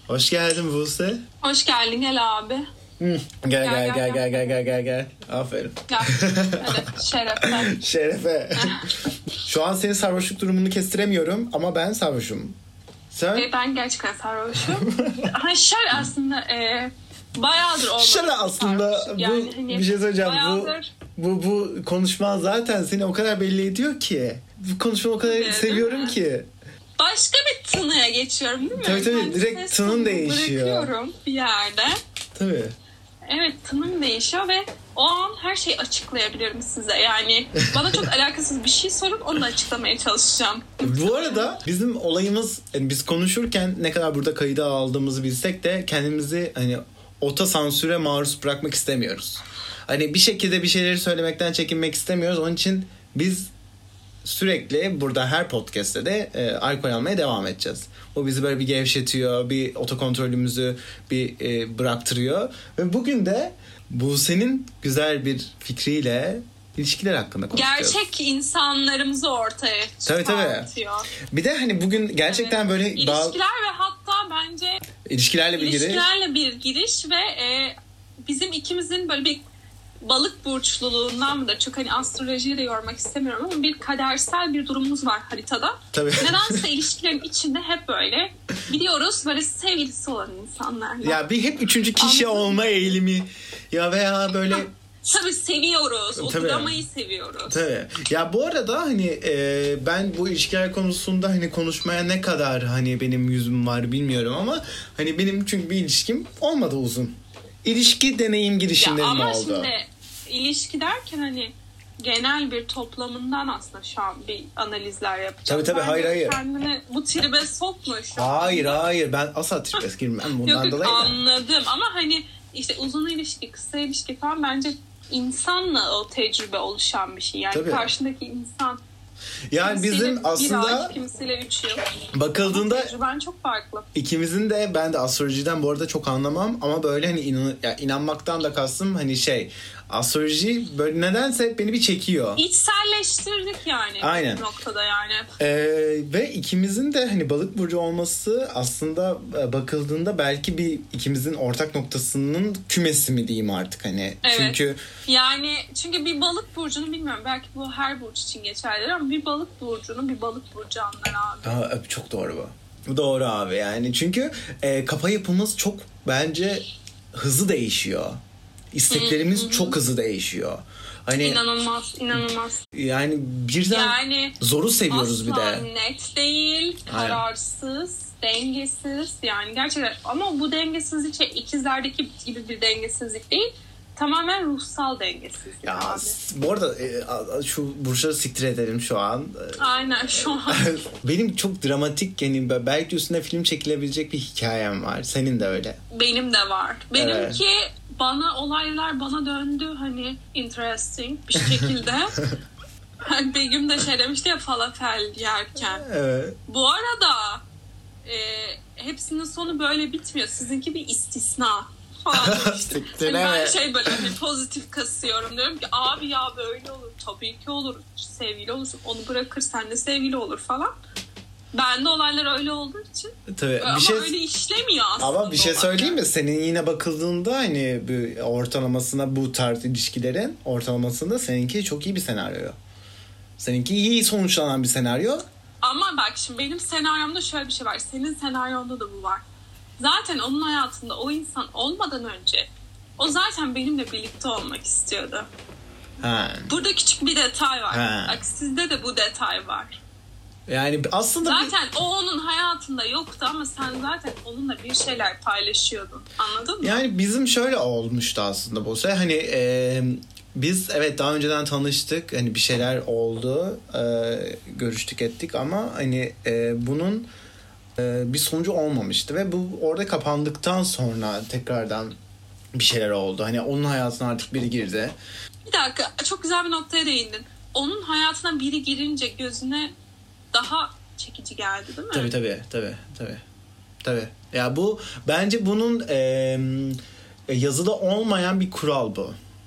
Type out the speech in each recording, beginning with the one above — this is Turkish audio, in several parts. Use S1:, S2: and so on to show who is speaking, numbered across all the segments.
S1: Hoş geldin Buse.
S2: Hoş geldin, gel abi.
S1: Gel. Aferin.
S2: Gel. Hadi şerefe.
S1: Şerefe. Şu an senin sarhoşluk durumunu kestiremiyorum ama ben sarhoşum. Sen?
S2: Ben gerçekten sarhoşum. Şöyle aslında bayağıdır olmadı.
S1: Şöyle aslında bu
S2: yani, hani,
S1: bir şey söyleyeceğim.
S2: Bayağıdır...
S1: Bu konuşman zaten seni o kadar belli ediyor ki. Bu konuşmanı o kadar seviyorum ki.
S2: Başka bir tınıya geçiyorum değil mi?
S1: Tabii direkt tının değişiyor.
S2: Bırakıyorum bir yerde.
S1: Tabii.
S2: Evet, tınım değişiyor ve o an her şeyi açıklayabilirim size. Yani bana çok alakasız bir şey sorun, onu da açıklamaya çalışacağım.
S1: Bu arada bizim olayımız, yani biz konuşurken ne kadar burada kayıda aldığımızı bilsek de kendimizi hani otosansüre maruz bırakmak istemiyoruz. Hani bir şekilde bir şeyleri söylemekten çekinmek istemiyoruz. Onun için biz sürekli burada her podcast'te de alkol almaya devam edeceğiz. O bizi böyle bir gevşetiyor, bir otokontrolümüzü bir bıraktırıyor. Ve bugün de Buse'nin güzel bir fikriyle ilişkiler hakkında konuşacağız.
S2: Gerçek insanlarımızı ortaya çıkartıyor.
S1: Tabii. Bir de hani bugün gerçekten böyle...
S2: İlişkiler ve hatta bence...
S1: İlişkilerle
S2: bir giriş ve bizim ikimizin böyle bir balık burçluluğundan mıdır? Çok hani astrolojiyi de yormak istemiyorum ama bir kadersel bir durumumuz var haritada.
S1: Tabii.
S2: Nedense ilişkilerin içinde hep böyle gidiyoruz böyle sevgilisi olan insanlarla.
S1: Ya bir hep üçüncü kişi olma eğilimi ya veya böyle...
S2: Tabii seviyoruz. O dramayı seviyoruz.
S1: Tabii. Ya bu arada hani ben bu ilişkiler konusunda hani konuşmaya ne kadar hani benim yüzüm var bilmiyorum ama hani benim çünkü bir ilişkim olmadı uzun. İlişki deneyim girişimlerim oldu.
S2: Ama şimdi ilişki derken hani genel bir toplamından aslında şu an bir analizler yapacağım.
S1: Tabii hayır.
S2: Kendini bu tribe sokma şu an.
S1: Hayır ben asla tribe girmem bundan dolayı da.
S2: Anladım ama hani işte uzun ilişki, kısa ilişki falan bence insanla o tecrübe oluşan bir şey. Yani
S1: tabii.
S2: Karşındaki insan.
S1: Yani bizim aslında
S2: bir ay, kimisiyle 3 yıl.
S1: Bakıldığında
S2: tecrüben çok farklı.
S1: İkimizin de, ben de astrolojiden bu arada çok anlamam ama böyle hani inanmaktan da kastım hani astroloji böyle nedense beni bir çekiyor.
S2: İçselleştirdik yani.
S1: Aynen.
S2: Bir noktada yani.
S1: Ve ikimizin de hani balık burcu olması aslında bakıldığında belki bir ikimizin ortak noktasının kümesi mi diyeyim artık hani.
S2: Evet.
S1: Çünkü
S2: bir balık burcunu bilmiyorum. Belki bu her burç için geçerlidir ama bir balık burcunu bir balık burcu anlar abi.
S1: Çok doğru bu. Bu doğru abi yani. Çünkü kafa yapımız çok bence hızlı değişiyor. İsteklerimiz çok hızlı değişiyor. Hani
S2: İnanılmaz.
S1: Yani birden zoru seviyoruz bir de.
S2: Asla net değil, kararsız, dengesiz. Yani gerçekten ama bu dengesizlik ikizlerdeki gibi bir dengesizlik değil. Tamamen ruhsal dengesizlik abi.
S1: Bu arada şu burçları siktir edelim şu an.
S2: Aynen şu an.
S1: Benim çok dramatik yani belki üstüne film çekilebilecek bir hikayem var. Senin de öyle.
S2: Benim de var. Benimki olaylar bana döndü hani interesting bir şekilde. Begüm de demişti ya falafel yerken.
S1: Evet.
S2: Bu arada hepsinin sonu böyle bitmiyor. Sizinki bir istisna falan demiştim. Ben böyle hani pozitif kasıyorum diyorum ki abi ya böyle olur. Tabii ki olur. Sevgili olursun. Onu bırakır sen de sevgili olur falan. Bende olaylar öyle olduğu için.
S1: Tabii,
S2: öyle işlemiyor aslında.
S1: Ama bir şey söyleyeyim mi? Senin yine bakıldığında hani bir ortalamasına bu tarz ilişkilerin ortalamasında seninki çok iyi bir senaryo. Seninki iyi sonuçlanan bir senaryo.
S2: Ama bak şimdi benim senaryomda şöyle bir şey var. Senin senaryonda da bu var. Zaten onun hayatında o insan olmadan önce o zaten benimle birlikte olmak istiyordu. Burada küçük bir detay var. Bak sizde de bu detay var.
S1: Yani aslında
S2: zaten o onun hayatında yoktu ama sen zaten onunla bir şeyler paylaşıyordun. Anladın mı?
S1: Yani bizim şöyle olmuştu aslında bu sefer. Hani biz evet daha önceden tanıştık. Hani bir şeyler oldu. Görüştük ettik ama hani bunun bir sonucu olmamıştı ve bu orada kapandıktan sonra tekrardan bir şeyler oldu. Hani onun hayatına artık biri girdi.
S2: Bir dakika, çok güzel bir noktaya değindin. Onun hayatına biri girince gözüne daha çekici geldi değil mi?
S1: Tabii. Ya bu bence bunun yazıda olmayan bir kural bu.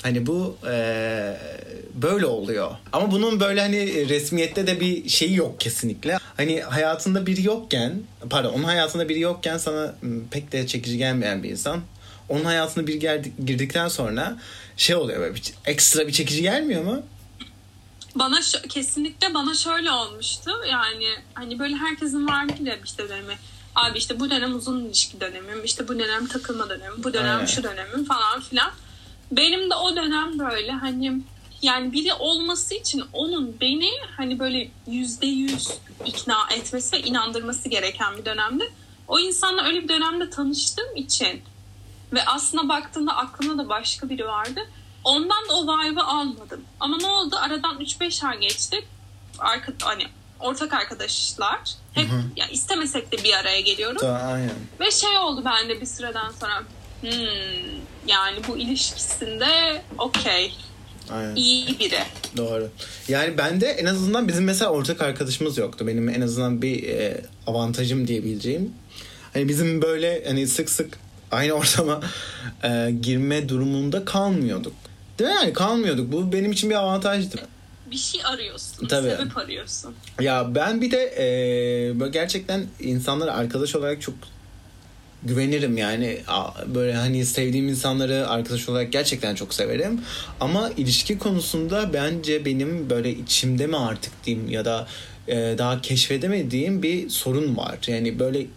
S1: Hani bu böyle oluyor. Ama bunun böyle hani resmiyette de bir şeyi yok kesinlikle. Hani hayatında biri yokken, onun hayatında biri yokken sana pek de çekici gelmeyen bir insan. Onun hayatına biri girdikten sonra şey oluyor, böyle ekstra bir çekici gelmiyor mu?
S2: Kesinlikle bana şöyle olmuştu. Yani hani böyle herkesin var ya işte dönemi. Abi işte bu dönem uzun ilişki dönemim, işte bu dönem takılma dönemim, bu dönem şu dönemim falan filan. Benim de o dönem böyle hani yani biri olması için onun beni hani böyle %100 ikna etmesi ve inandırması gereken bir dönemde. O insanla öyle bir dönemde tanıştığım için ve aslında baktığında aklımda da başka biri vardı. Ondan da o vibe'ı almadım. Ama ne oldu? Aradan 3-5 ay geçti. Hani ortak arkadaşlar. Hep ya istemesek de bir araya geliyoruz.
S1: Aynen.
S2: Ve şey oldu bende bir süreden sonra. Yani bu ilişkisinde okey. İyi biri.
S1: Doğru. Yani ben de en azından bizim mesela ortak arkadaşımız yoktu. Benim en azından bir avantajım diyebileceğim. Hani bizim böyle hani sık sık aynı ortama girme durumunda kalmıyorduk. Değil mi? Yani kalmıyorduk. Bu benim için bir avantajdı.
S2: Bir şey arıyorsun.
S1: Tabii.
S2: Sebep arıyorsun.
S1: Ya ben bir de böyle gerçekten insanlara arkadaş olarak çok güvenirim yani. Böyle hani sevdiğim insanları arkadaş olarak gerçekten çok severim. Ama ilişki konusunda bence benim böyle içimde mi artık diyeyim ya da daha keşfedemediğim bir sorun var. Yani böyle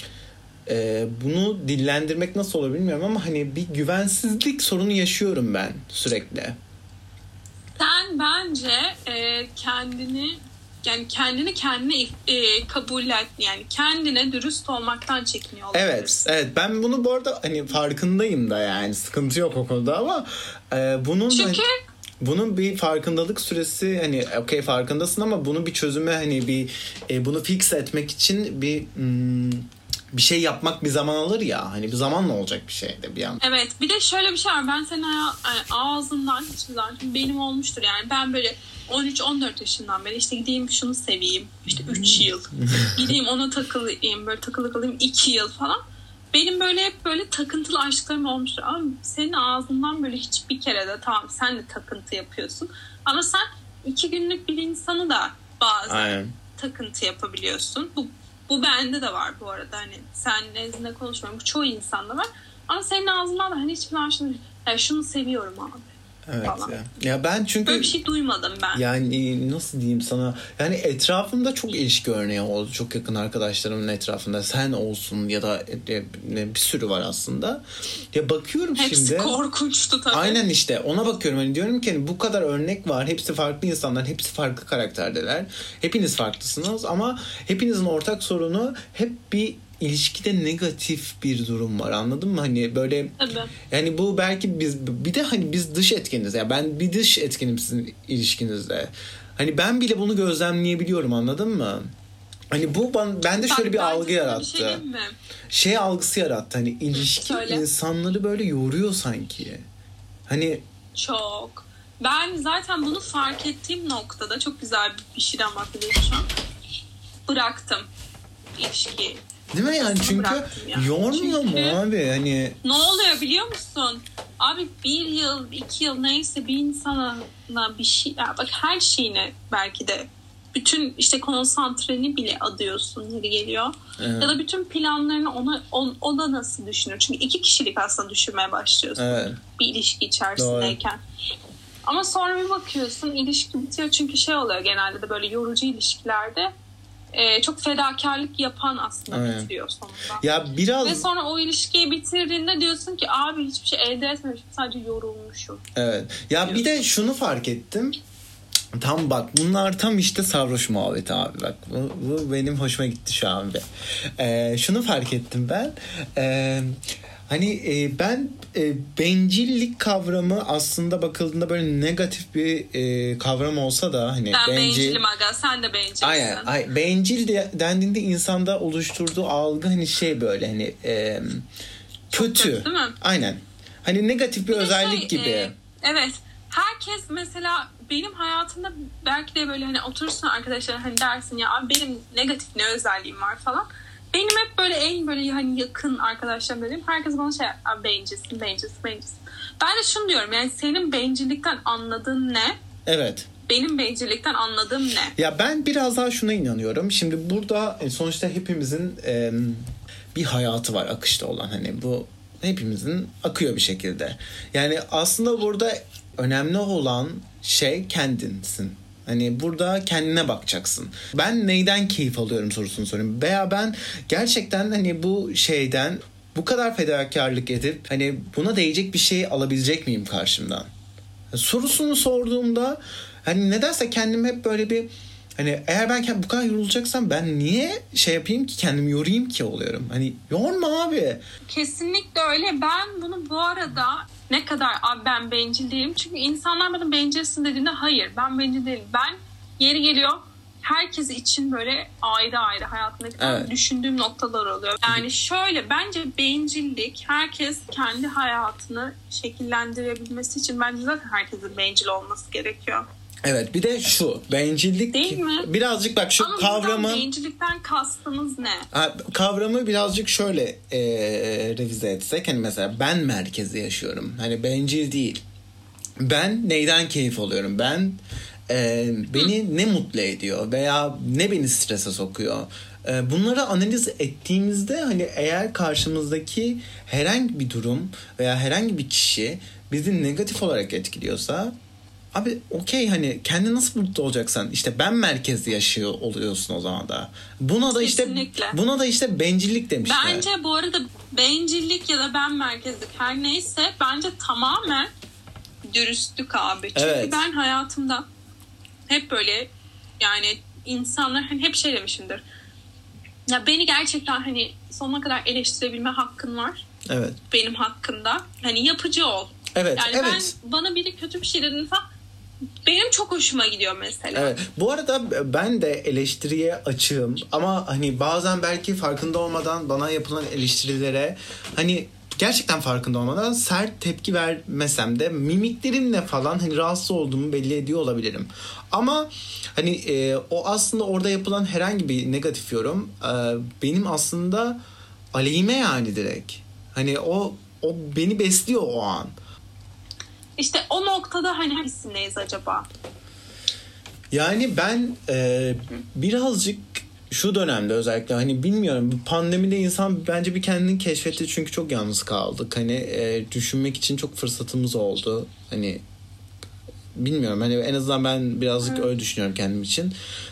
S1: bunu dillendirmek nasıl olur bilmiyorum ama hani bir güvensizlik sorunu yaşıyorum ben sürekli.
S2: Sen bence kendini kabul et, yani kendine dürüst olmaktan çekiniyor olabilirsin.
S1: Evet ben bunu bu arada hani farkındayım da, yani sıkıntı yok o konuda ama bunun
S2: çünkü
S1: bunun bir farkındalık süresi, hani okey farkındasın ama bunu bir çözüme hani bir bunu fix etmek için bir şey yapmak bir zaman alır ya. Hani bir zamanla olacak bir şey de bir an.
S2: Evet, bir de şöyle bir şey var. Ben senin ağzından hiçbir zaman, benim olmuştur yani. Ben böyle 13-14 yaşından beri işte gideyim şunu seveyim. İşte 3 yıl. Gideyim ona takılayım. Böyle takılı kalayım 2 yıl falan. Benim böyle hep böyle takıntılı aşklarım olmuştur. Ama senin ağzından böyle hiçbir kere de tamam sen de takıntı yapıyorsun. Ama sen 2 günlük bir insanı da bazen takıntı yapabiliyorsun. Bu bende de var bu arada. Hani sen nezdinde konuşmuyorum. Bu çoğu insanda var. Ama senin ağzından da hani hiçbir zaman şunu seviyorum abi.
S1: Evet
S2: falan.
S1: Ya ben çünkü
S2: böyle bir şey duymadım ben.
S1: Yani nasıl diyeyim sana, yani etrafımda çok ilişki örneği oldu, çok yakın arkadaşlarımın etrafında, sen olsun ya da bir sürü var aslında. Ya bakıyorum
S2: hepsi
S1: şimdi.
S2: Hepsi korkunçtu tabii.
S1: Aynen işte ona bakıyorum, hani diyorum ki hani bu kadar örnek var, hepsi farklı insanlar, hepsi farklı karakterdeler, hepiniz farklısınız ama hepinizin ortak sorunu hep bir İlişkide negatif bir durum var, anladın mı? Hani böyle
S2: tabii.
S1: Yani bu belki bir de hani biz dış etkeniz, yani ben bir dış etkenim sizin ilişkinizde. Hani ben bile bunu gözlemleyebiliyorum, anladın mı? Hani bu bende şöyle bir algı yarattı. Şey algısı yarattı, hani ilişki insanları böyle yoruyor sanki. Hani
S2: çok. Ben zaten bunu fark ettiğim noktada çok güzel bir şeyden bahsediyorum şu an. Bıraktım ilişkiyi.
S1: Değil mi yani? Çünkü yormuyor mu abi? Hani
S2: ne oluyor biliyor musun? Abi 1 yıl, 2 yıl neyse bir insana bir şey, bak her şeyine belki de bütün işte konsantreni bile adıyorsun, yeri geliyor. Evet. Ya da bütün planlarını o da nasıl düşünüyor? Çünkü 2 kişilik aslında düşünmeye başlıyorsun. Evet. Bir ilişki içerisindeyken. Doğru. Ama sonra bir bakıyorsun ilişki bitiyor, çünkü şey oluyor genelde de böyle yorucu ilişkilerde. Çok fedakarlık yapan aslında bitiriyor sonunda.
S1: Ya biraz...
S2: Ve sonra o ilişkiyi bitirdiğinde diyorsun ki abi hiçbir şey elde etmemişim, sadece yorulmuşum.
S1: Evet. Ya diyorsun. Bir de şunu fark ettim. Tam bak bunlar tam işte sarhoş muhabbeti abi. Bak bu benim hoşuma gitti şu an bir. Şunu fark ettim ben. Hani ben bencillik kavramı aslında bakıldığında böyle negatif bir kavram olsa da hani
S2: ben bencilim aga, sen de bencilsin.
S1: Aynen. Bencil dendiğinde insanda oluşturduğu algı hani şey böyle hani kötü.
S2: Değil mi?
S1: Aynen. Hani negatif bir özellik gibi.
S2: Evet. Herkes mesela benim hayatımda belki de böyle hani oturursun arkadaşlar hani dersin ya abi benim negatif ne özelliğim var falan. benim hep böyle en böyle hani yakın arkadaşlarım dediğim herkes bana şey bencilsin. Ben de şunu diyorum, yani senin bencillikten anladığın ne?
S1: Evet.
S2: Benim bencillikten anladığım ne?
S1: Ya ben biraz daha şuna inanıyorum. Şimdi burada sonuçta hepimizin bir hayatı var, akışta olan, hani bu hepimizin akıyor bir şekilde. Yani aslında burada önemli olan şey kendinsin. Hani burada kendine bakacaksın. Ben neyden keyif alıyorum sorusunu sorayım. Veya ben gerçekten hani bu şeyden bu kadar fedakarlık edip hani buna değecek bir şey alabilecek miyim karşımdan? Sorusunu sorduğumda hani nedense kendim hep böyle bir hani eğer ben bu kadar yorulacaksam ben niye şey yapayım ki, kendimi yorayım ki oluyorum. Hani yorma abi.
S2: Kesinlikle öyle. Ben bunu bu arada ne kadar abi ben bencil değilim. Çünkü insanlar bana bencilsin dediğinde hayır ben bencil değilim. Ben yeri geliyor herkes için böyle ayrı ayrı hayatındaki düşündüğüm noktalar oluyor. Yani şöyle, bence bencillik, herkes kendi hayatını şekillendirebilmesi için bence zaten herkesin bencil olması gerekiyor.
S1: Evet, bir de şu bencillik
S2: değil mi?
S1: Birazcık bak şu
S2: ama
S1: kavramı.
S2: Ama bencillikten kastınız ne?
S1: Kavramı birazcık şöyle revize etsek, hani mesela ben merkezi yaşıyorum. Hani bencil değil. Ben neyden keyif alıyorum? Ben beni ne mutlu ediyor veya ne beni strese sokuyor? Bunları analiz ettiğimizde hani eğer karşımızdaki herhangi bir durum veya herhangi bir kişi bizi negatif olarak etkiliyorsa abi okey, hani kendi nasıl mutlu olacaksan işte ben merkezli yaşıyor oluyorsun o zaman da. Buna da işte bencillik demişler.
S2: Bence bu arada bencillik ya da ben merkezlik her neyse bence tamamen dürüstlük abi. Çünkü ben hayatımda hep böyle, yani insanlar hani hep şey demişimdir. Ya beni gerçekten hani sonuna kadar eleştirebilme hakkın var.
S1: Evet.
S2: Benim hakkımda. Hani yapıcı ol.
S1: Evet.
S2: Yani bana biri kötü bir şey dediğinde benim çok hoşuma gidiyor mesela.
S1: Evet. Bu arada ben de eleştiriye açığım ama hani bazen belki farkında olmadan bana yapılan eleştirilere hani gerçekten farkında olmadan sert tepki vermesem de mimiklerimle falan hani rahatsız olduğumu belli ediyor olabilirim. Ama hani o aslında orada yapılan herhangi bir negatif yorum benim aslında aleyhime, yani direkt. Hani o beni besliyor o an.
S2: İşte o noktada hani hangisindeyiz acaba?
S1: Yani ben birazcık şu dönemde özellikle hani bilmiyorum, bu pandemide insan bence bir kendini keşfetti çünkü çok yalnız kaldık. Hani düşünmek için çok fırsatımız oldu. Hani bilmiyorum, hani en azından ben birazcık öyle düşünüyorum kendim için.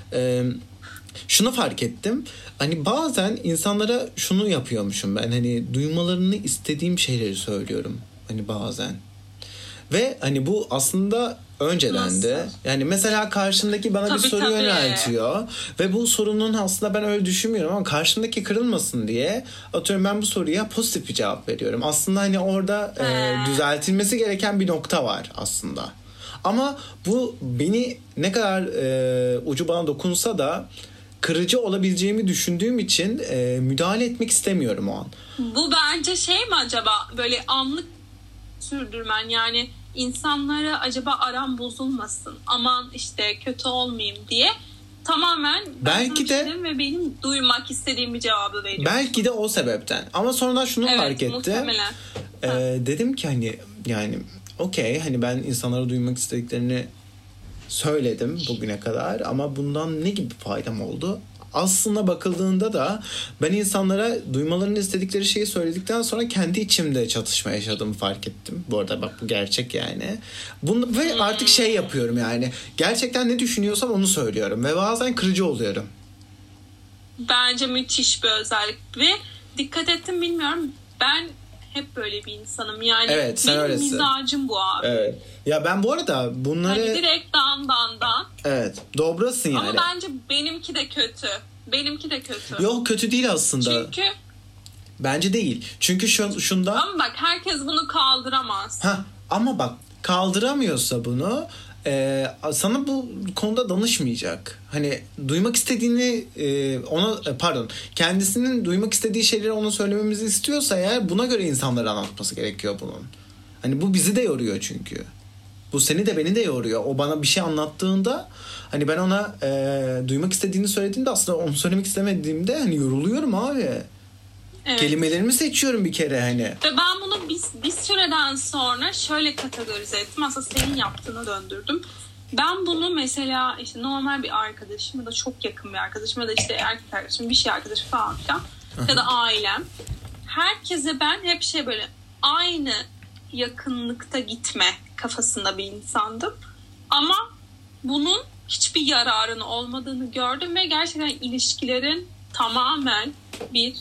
S1: Şunu fark ettim. Hani bazen insanlara şunu yapıyormuşum ben, hani duymalarını istediğim şeyleri söylüyorum. Hani bazen. Ve hani bu aslında önceden de yani mesela karşımdaki bana bir soru yöneltiyor ve bu sorunun aslında ben öyle düşünmüyorum ama karşımdaki kırılmasın diye atıyorum ben bu soruya pozitif bir cevap veriyorum. Aslında hani orada düzeltilmesi gereken bir nokta var aslında. Ama bu beni ne kadar ucu bana dokunsa da kırıcı olabileceğimi düşündüğüm için müdahale etmek istemiyorum o an.
S2: Bu bence şey mi acaba, böyle anlık sürdürmen, yani insanlara acaba aram bozulmasın, aman işte kötü olmayayım diye tamamen
S1: belki de
S2: ve benim duymak istediğim bir cevabı veriyorum.
S1: Belki de o sebepten. Ama sonradan şunu fark ettim.
S2: Muhtemelen.
S1: Dedim ki hani yani okey, hani ben insanlara duymak istediklerini söyledim bugüne kadar ama bundan ne gibi faydam oldu? Aslında bakıldığında da ben insanlara duymalarını istedikleri şeyi söyledikten sonra kendi içimde çatışma yaşadığımı fark ettim. Bu arada bak, bu gerçek yani. Ve artık şey yapıyorum, yani gerçekten ne düşünüyorsam onu söylüyorum ve bazen kırıcı oluyorum.
S2: Bence müthiş bir özellik ve dikkat ettim bilmiyorum, ben hep böyle bir insanım yani.
S1: Evet, sen
S2: benim
S1: öylesin.
S2: Mizacım bu abi.
S1: Evet. Ya ben bu arada bunları
S2: hani direkt dan.
S1: Evet, dobrasın yani.
S2: Ama bence benimki de kötü.
S1: Yok, kötü değil aslında.
S2: Çünkü
S1: bence değil. Çünkü şunda.
S2: Ama bak, herkes bunu kaldıramaz.
S1: Ama bak, kaldıramıyorsa bunu sana bu konuda danışmayacak. Hani duymak istediğini kendisinin duymak istediği şeyleri ona söylememizi istiyorsa eğer, buna göre insanlara anlatması gerekiyor bunun. Hani bu bizi de yoruyor çünkü. Bu seni de beni de yoruyor. O bana bir şey anlattığında hani ben ona duymak istediğini söylediğimde aslında onu söylemek istemediğimde hani yoruluyorum abi. Evet. Kelimelerimi seçiyorum bir kere hani.
S2: Ve ben bunu bir süreden sonra şöyle kategorize ettim. Aslında senin yaptığına döndürdüm. Ben bunu mesela işte normal bir arkadaşım ya da çok yakın bir arkadaşım ya da işte erkek arkadaşım, bir şey arkadaşım falan filan ya da ailem. Herkese ben hep böyle aynı yakınlıkta gitme kafasında bir insandım. Ama bunun hiçbir yararının olmadığını gördüm ve gerçekten ilişkilerin tamamen bir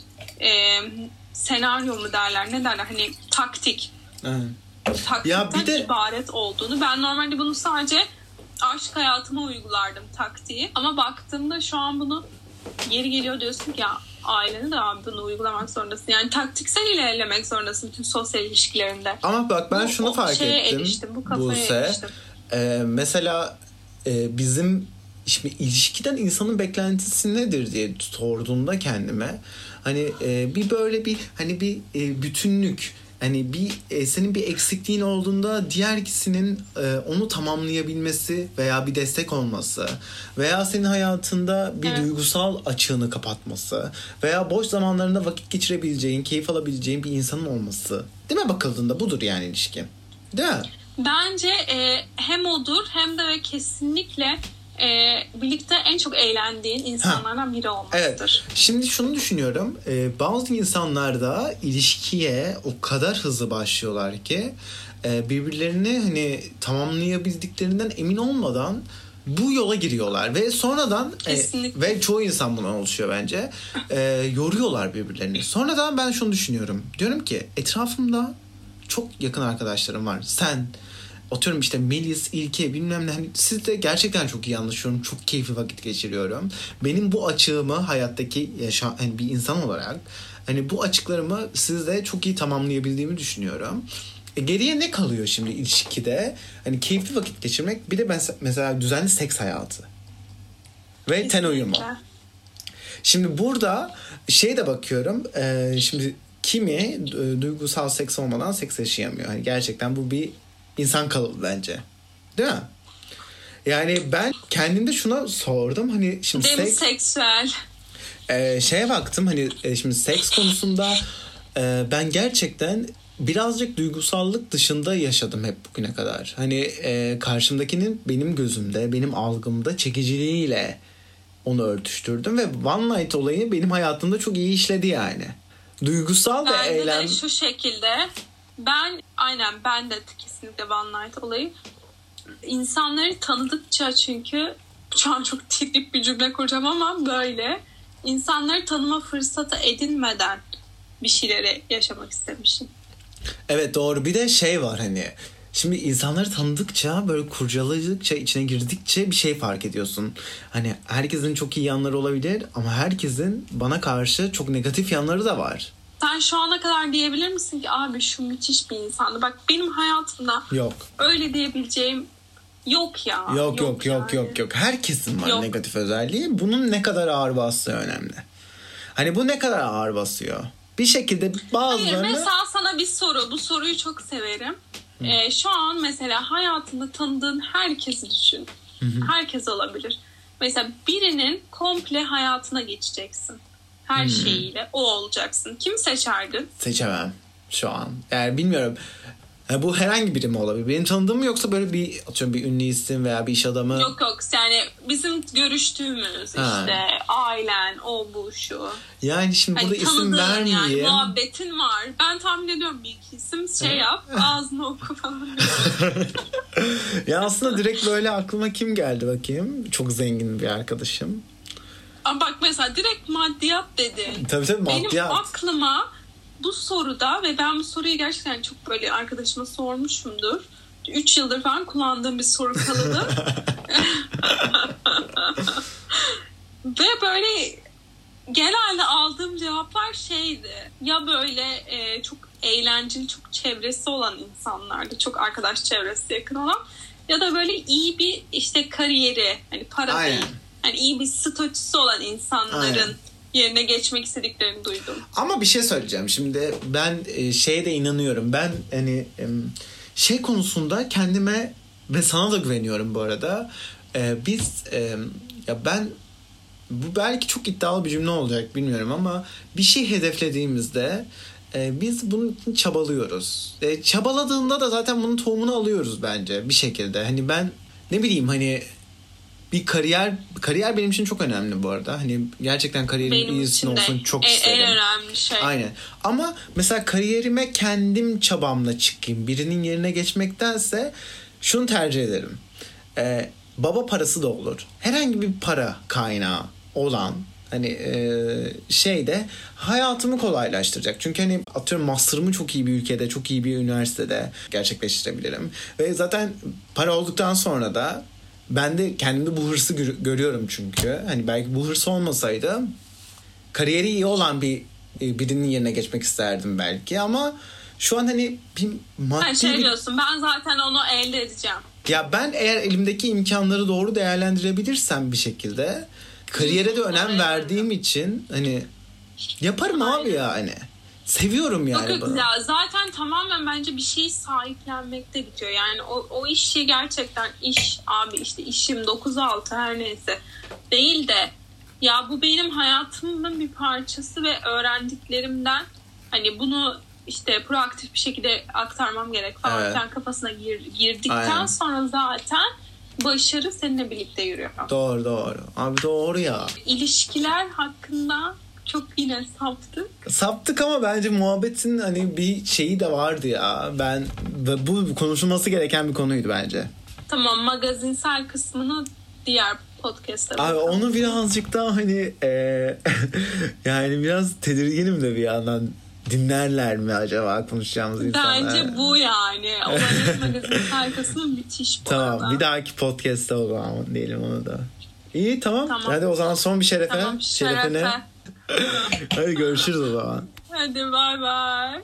S2: senaryo mu derler, ne derler, hani taktik. Taktikten ibaret olduğunu. Ben normalde bunu sadece aşk hayatıma uygulardım taktiği. Ama baktığımda şu an bunu yeri geliyor diyorsun ki ya aileni de abi bunu uygulamak zorundasın. Yani taktiksel ilerlemek zorundasın bütün sosyal ilişkilerinde.
S1: Ama bak ben şunu fark ettim.
S2: Bu kafaya eriştim.
S1: Mesela bizim şimdi ilişkiden insanın beklentisi nedir diye sorduğumda kendime hani bir böyle bir hani bir bütünlük, hani bir senin bir eksikliğin olduğunda diğer kişinin onu tamamlayabilmesi veya bir destek olması veya senin hayatında bir duygusal açığını kapatması veya boş zamanlarında vakit geçirebileceğin, keyif alabileceğin bir insanın olması. Değil mi, bakıldığında budur yani ilişki. Değil mi?
S2: Bence hem odur hem de kesinlikle birlikte en çok eğlendiğin insanlardan biri olmasıdır.
S1: Evet. Şimdi şunu düşünüyorum. Bazı insanlar da ilişkiye o kadar hızlı başlıyorlar ki birbirlerini hani tamamlayabildiklerinden emin olmadan bu yola giriyorlar ve sonradan ve çoğu insan buna oluşuyor bence. Yoruyorlar birbirlerini. Sonradan ben şunu düşünüyorum. Diyorum ki etrafımda çok yakın arkadaşlarım var. Sen, atıyorum işte Melis, İlke, bilmem ne, hani sizle gerçekten çok iyi anlaşıyorum. Çok keyifli vakit geçiriyorum. Benim bu açığımı hayattaki hani bir insan olarak hani bu açıklarımı sizle çok iyi tamamlayabildiğimi düşünüyorum. Geriye ne kalıyor şimdi ilişkide? Hani keyifli vakit geçirmek, bir de mesela düzenli seks hayatı. Ve ten uyumu. Şimdi burada de bakıyorum. Şimdi kimi duygusal seks olmadan seks yaşayamıyor. Hani gerçekten bu bir insan kalıbı bence. Değil mi? Yani ben kendimde şuna sordum. Hani şimdi
S2: demiseksüel.
S1: Baktım hani şimdi seks konusunda ben gerçekten birazcık duygusallık dışında yaşadım hep bugüne kadar. Hani karşımdakinin benim gözümde, benim algımda çekiciliğiyle onu örtüştürdüm ve One Night olayı benim hayatımda çok iyi işledi yani. Duygusal ve eğlen.
S2: Bende de şu şekilde, ben de kesinlikle One Night olayı. İnsanları tanıdıkça, çünkü şu an çok tipik bir cümle kuracağım ama böyle insanları tanıma fırsatı edinmeden bir şeyleri yaşamak istemişim.
S1: Evet, doğru. Bir de var hani şimdi insanları tanıdıkça, böyle kurcaladıkça, içine girdikçe bir şey fark ediyorsun. Hani herkesin çok iyi yanları olabilir ama herkesin bana karşı çok negatif yanları da var.
S2: Sen şu ana kadar diyebilir misin ki abi şu müthiş bir insandı? Bak benim hayatımda
S1: yok,
S2: öyle diyebileceğim yok ya.
S1: Yok. Herkesin var negatif özelliği. Bunun ne kadar ağır bastığı önemli. Hani bu ne kadar ağır basıyor? Bir şekilde bazılarını...
S2: Hayır, mesela sana bir soru. Bu soruyu çok severim. Şu an mesela hayatında tanıdığın herkesi düşün. Herkes olabilir. Mesela birinin komple hayatına geçeceksin. Her şeyiyle o olacaksın. Kim seçerdin?
S1: Seçemem şu an. Yani bilmiyorum. Bu herhangi biri mi olabilir? Benim tanıdığım mı, yoksa böyle bir ünlü isim veya bir iş adamı?
S2: Yok. Yani bizim görüştüğümüz işte ailen, o bu şu.
S1: Yani şimdi burada isim vermeyeyim. Yani
S2: muhabbetin var. Ben tahmin ediyorum bir iki isim yap. Ağzını oku falan.
S1: Ya aslında direkt böyle aklıma kim geldi bakayım? Çok zengin bir arkadaşım.
S2: Ama bak mesela direkt maddiyat dedin.
S1: Tabii maddiyat.
S2: Benim aklıma bu soruda, ve ben bu soruyu gerçekten çok böyle arkadaşıma sormuşumdur. 3 yıldır falan kullandığım bir soru kalıbı. Ve böyle genelde aldığım cevaplar ya böyle çok eğlenceli, çok çevresi olan insanlardı. Çok arkadaş çevresi yakın olan. Ya da böyle iyi bir işte kariyeri, hani para değil. Yani iyi bir statüsü olan insanların yerine geçmek istediklerini duydum.
S1: Ama bir şey söyleyeceğim. Şimdi ben de inanıyorum. Ben hani konusunda kendime ve sana da güveniyorum bu arada. Biz ya ben, bu belki çok iddialı bir cümle olacak bilmiyorum ama bir şey hedeflediğimizde biz bunun için çabalıyoruz. Çabaladığında da zaten bunun tohumunu alıyoruz bence bir şekilde. Hani ben ne bileyim, hani bir kariyer benim için çok önemli bu arada. Hani gerçekten kariyerim iyisin olsun çok isterim.
S2: En önemli şey.
S1: Aynen. Ama mesela kariyerime kendim çabamla çıkayım. Birinin yerine geçmektense şunu tercih ederim. Baba parası da olur. Herhangi bir para kaynağı olan hani şeyde hayatımı kolaylaştıracak. Çünkü hani atıyorum master'ımı çok iyi bir ülkede, çok iyi bir üniversitede gerçekleştirebilirim. Ve zaten para olduktan sonra da ben de kendimde bu hırsı görüyorum çünkü. Hani belki bu hırs olmasaydı kariyeri iyi olan birinin yerine geçmek isterdim belki ama şu an hani bir maddi
S2: diyorsun, ben zaten onu elde edeceğim.
S1: Ya ben eğer elimdeki imkanları doğru değerlendirebilirsem bir şekilde kariyere de önem verdiğim için hani yaparım abi ya hani. Seviyorum yani bunu.
S2: Ya zaten tamamen bence bir şeyi sahiplenmekte bitiyor. Yani o işi gerçekten iş abi, işte işim 9-6 her neyse değil de ya bu benim hayatımın bir parçası ve öğrendiklerimden hani bunu işte proaktif bir şekilde aktarmam gerek falan. Evet. Sen kafasına girdikten Aynen. sonra zaten başarı seninle birlikte yürüyor.
S1: Doğru. Abi doğru ya.
S2: İlişkiler hakkında çok yine saptık
S1: ama bence muhabbetin hani bir şeyi de vardı ya. Bu konuşulması gereken bir konuydu bence.
S2: Tamam, magazinsel kısmını diğer podcast'ta.
S1: Abi onu birazcık daha hani yani biraz tedirginim de bir yandan. Dinlerler mi acaba konuşacağımız insanlar?
S2: Bence bu yani. Olayın magazinsel kısmı müthiş bu
S1: tamam,
S2: arada.
S1: Bir dahaki podcast'ta o zaman diyelim onu da. İyi tamam. Hadi o zaman son bir şerefine.
S2: Tamam, şerefine.
S1: Hadi görüşürüz o zaman.
S2: Hadi bay bay.